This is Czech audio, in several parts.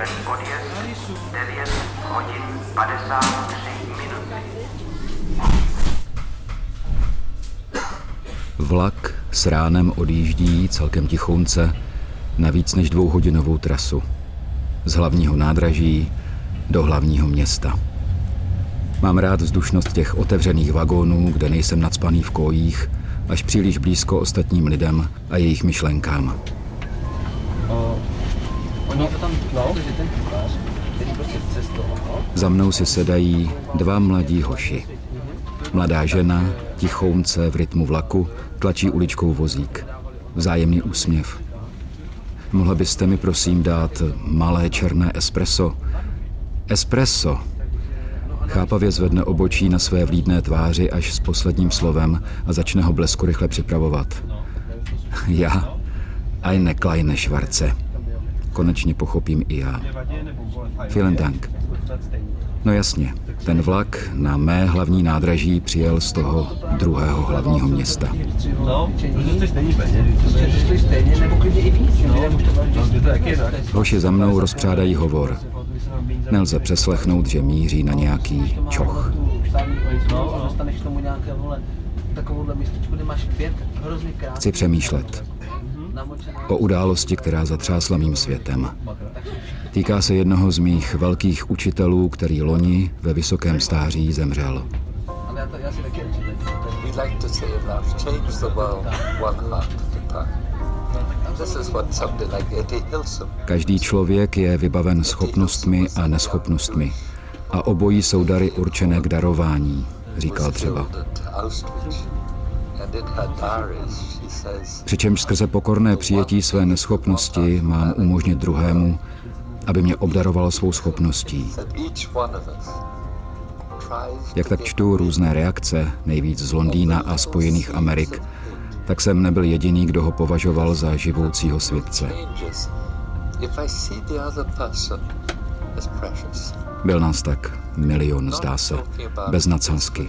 Připravený odjezd 9 hodin 53 minut. Vlak s ránem odjíždí celkem tichounce na víc než 2hodinovou trasu. Z hlavního nádraží do hlavního města. Mám rád vzdušnost těch otevřených vagónů, kde nejsem nacpaný v kojích, až příliš blízko ostatním lidem a jejich myšlenkám. Za mnou si sedají dva mladí hoši. Mladá žena, tichounce v rytmu vlaku, tlačí uličkou vozík. Vzájemný úsměv. Mohla byste mi prosím dát malé černé espresso? Espresso! Chápavě zvedne obočí na své vlídné tváři až s posledním slovem a začne ho blesku rychle připravovat. Já? Eine kleine Schwarze. Konečně pochopím i já. Vielen Dank. No jasně, ten vlak na mé hlavní nádraží přijel z toho druhého hlavního města. Hoši za mnou rozpřádají hovor. Nelze přeslechnout, že míří na nějaký čoch. Chci přemýšlet o události, která zatřásla mým světem. Týká se jednoho z mých velkých učitelů, který loni ve vysokém stáří zemřel. Každý člověk je vybaven schopnostmi a neschopnostmi a obojí jsou dary určené k darování, říkal třeba. Přičemž skrze pokorné přijetí své neschopnosti mám umožnit druhému, aby mě obdaroval svou schopností. Jak tak čtu různé reakce, nejvíc z Londýna a Spojených Amerik, tak jsem nebyl jediný, kdo ho považoval za živoucího světce. Byl nás tak milion, zdá se, bez nadsázky.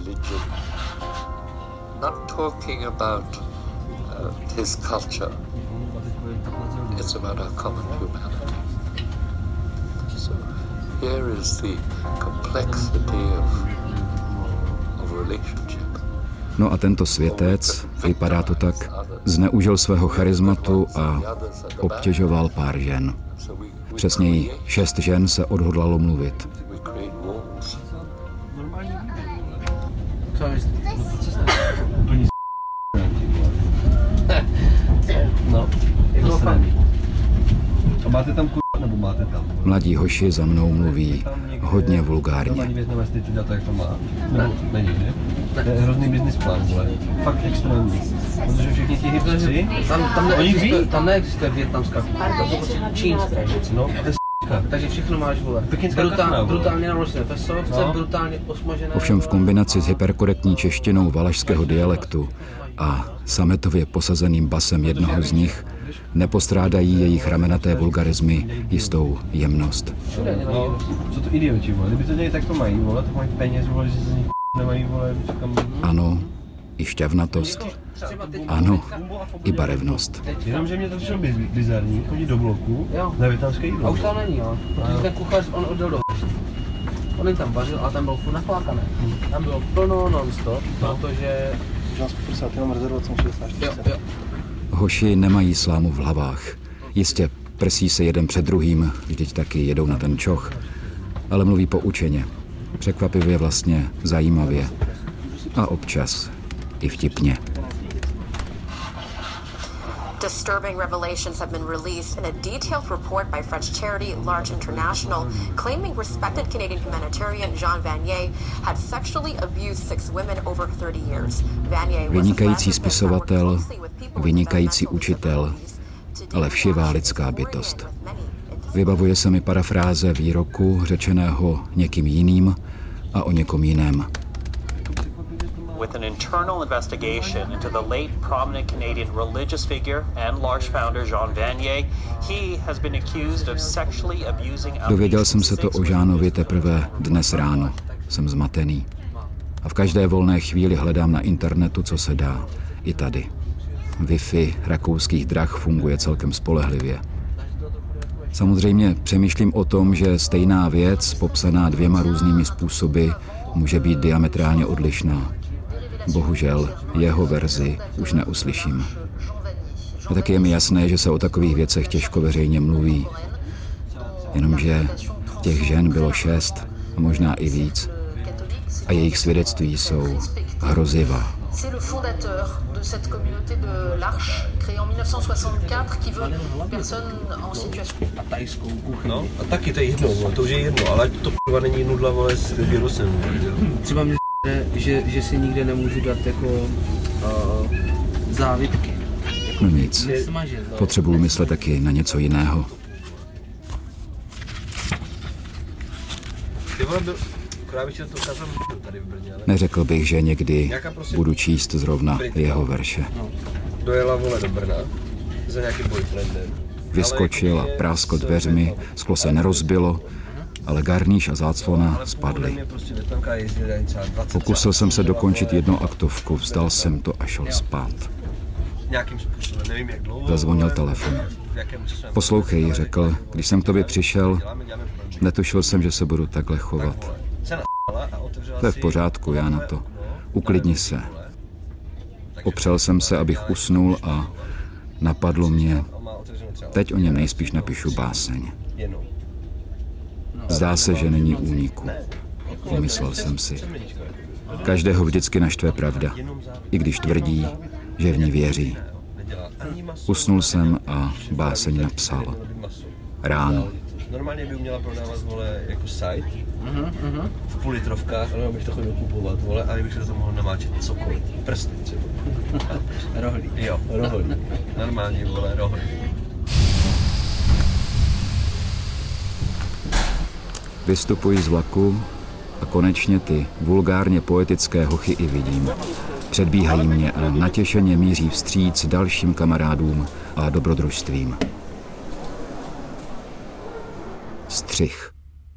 Not talking about his culture. It's about our common humanity. So here is the complexity of relationship. No a tento světec, vypadá to tak, zneužil svého charizmatu a obtěžoval pár žen. Přesněji 6 žen se odhodlalo mluvit. A máte tam nebo máte tam? Mladí hoši za mnou mluví hodně vulgárně. Není, ne? To je hrozný business plán, vole. Fakt extrémní. Protože všichni ti hipstři, tam neexistuje vietnamská kultura, to je prostě čínská věc, no. Takže všechno máš, vole. Brutálně naložené peso, chce brutálně osmažené. Ovšem v kombinaci s hyperkorektní češtinou valašského dialektu a sametově posazeným basem jednoho z nich nepostrádají jejich ramenaté vulgarizmy jistou jemnost. No, co to idioti, vole. Kdyby to dělali, tak to mají, vole, tak mají peněz, vole, že se z nich nemají, vole, říkám. Ano, i šťavnatost. Ano, i barevnost. Jenomže mě to přišlo bizarní, chodit do bloku na vietnamské jídlo. A už tam není, jo. Protože ten kuchař, on odjel do on jim tam vařil, ale tam bylo furt naflákané. Tam bylo plno non-stop, protože... Už nás poprosil jenom rezervaci 64. Jo. Hoši nemají slámu v hlavách. Jistě prsí se jeden před druhým, vždyť taky jedou na ten čoch. Ale mluví poučeně. Překvapivě vlastně zajímavě. A občas i vtipně. Disturbing revelations have been released in a detailed report by French charity L'Arche International, claiming respected Canadian humanitarian Jean Vanier had sexually abused 6 women over 30 years. Vynikající spisovatel, vynikající učitel, ale všivá lidská bytost. Vybavuje se mi parafráze výroku řečeného někým jiným a o někom jiném. With an internal investigation into the late prominent Canadian religious figure and L'Arche founder Jean Vanier, he has been accused of sexually abusing. Dověděl jsem se to o Žánovi teprve dnes ráno. Jsem zmatený. A v každé volné chvíli hledám na internetu, co se dá. I tady. Wi-Fi rakouských drah funguje celkem spolehlivě. Samozřejmě přemýšlím o tom, že stejná věc, popsaná 2 různými způsoby, může být diametrálně odlišná. Bohužel jeho verzi už neuslyším. A taky je mi jasné, že se o takových věcech těžko veřejně mluví. Jenomže těch žen bylo 6, a možná i víc. A jejich svědectví jsou hrozivá. C'est le fondateur de cette communauté de l'Arche, créée en 1964, qui veut personnes en situation. A tajskou kuchyni. No, a taky to je jedno, to už je jedno, ale to p***va není nudla, vole, s virusem. Třeba mě že si nikde nemůžu dát jako závitky. No nic, potřebuji myslet taky na něco jiného. Ty vole, krávě to ukázal tady v Brně, ale... Neřekl bych, že někdy budu číst zrovna jeho verše. Dojela, vole, do Brna za nějakým boyfriendem. Vyskočil a práskl dveřmi, sklo se nerozbilo, ale garníš a záclona spadly. Pokusil jsem se dokončit 1 aktovku, vzdal jsem to a šel spát. Zazvonil telefon. Poslouchej, řekl, když jsem k tobě přišel, netušil jsem, že se budu takhle chovat. To je v pořádku, já na to. Uklidni se. Opřel jsem se, abych usnul a napadlo mě, teď o něm nejspíš napíšu báseň. Zdá se, že není úniku. Pomyslel jsem si. Každého vždycky naštve pravda, i když tvrdí, že v ní věří. Usnul jsem a báseň napsal. Ráno. Normálně by měla prodávat, vole, jako site, v půlitrovkách, ale bych to chodil kupovat, vole, a bych se to mohl namáčet cokoliv, prsty třeba. Rohlík. Jo, rohlík. Normálně, vole, rohlík. Vystupuji z vlaku a konečně ty vulgárně poetické hochy i vidím. Předbíhají mě a natěšeně míří vstříc dalším kamarádům a dobrodružstvím. Střih.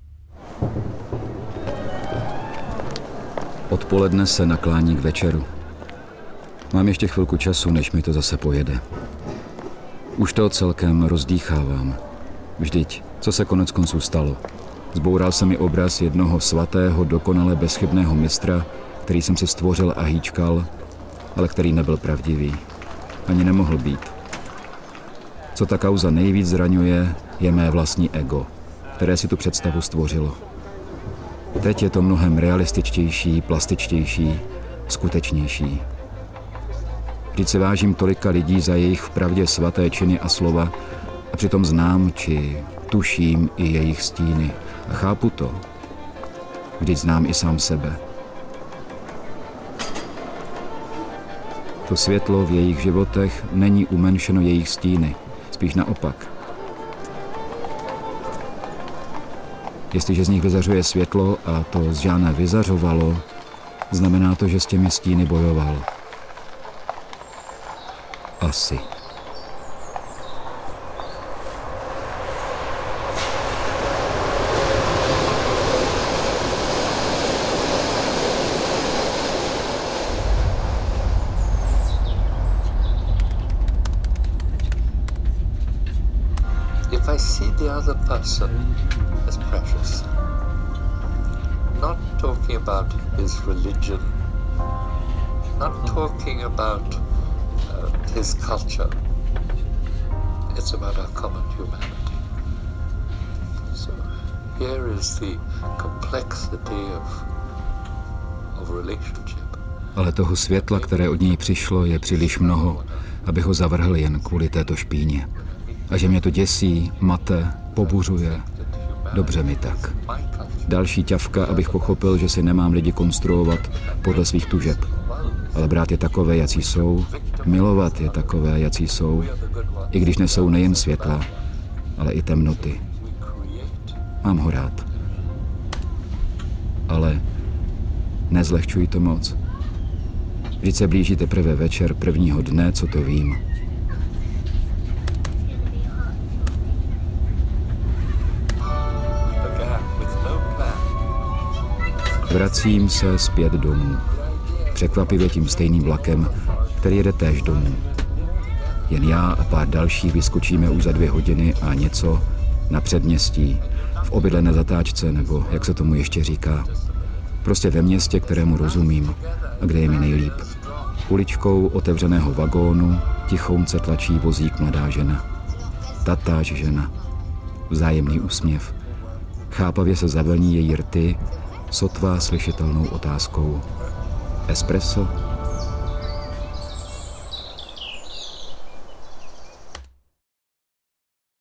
Odpoledne se naklání k večeru. Mám ještě chvilku času, než mi to zase pojede. Už to celkem rozdýchávám. Vždyť, co se koneckonců stalo? Zboural se mi obraz jednoho svatého, dokonale bezchybného mistra, který jsem si stvořil a hýčkal, ale který nebyl pravdivý. Ani nemohl být. Co ta kauza nejvíc zraňuje, je mé vlastní ego, které si tu představu stvořilo. Teď je to mnohem realističtější, plastičtější, skutečnější. Vždyť se vážím tolika lidí za jejich vpravdě svaté činy a slova a přitom znám či tuším i jejich stíny a chápu to. Vždyť znám i sám sebe. To světlo v jejich životech není umenšeno jejich stíny, spíš naopak. Jestliže z nich vyzařuje světlo a to z Žána vyzařovalo, znamená to, že s těmi stíny bojoval. Asi. If I see the other person as precious, not talking about his religion, not talking about his culture, it's about our common humanity. So here is the complexity of relationship. Ale toho světla, které od něj přišlo, je příliš mnoho, abych ho zavrhl jen kvůli této špíně. A že mě to děsí, mate, pobuřuje. Dobře mi tak. Další ťavka, abych pochopil, že si nemám lidi konstruovat podle svých tužeb. Ale brát je takové, jací jsou, milovat je takové, jací jsou, i když nesou nejen světla, ale i temnoty. Mám ho rád. Ale nezlehčuj to moc. Vždyť se blíží teprve večer prvního dne, co to vím. Vracím se zpět domů. Překvapivě tím stejným vlakem, který jede též domů. Jen já a pár dalších vyskočíme už za 2 hodiny a něco Na předměstí, v obydlené zatáčce, nebo jak se tomu ještě říká. Prostě ve městě, kterému rozumím a kde je mi nejlíp. Uličkou otevřeného vagónu tichounce tlačí vozík mladá žena. Tatáž žena. Vzájemný úsměv. Chápavě se zavlní její rty, sotva slyšitelnou otázkou. Espresso?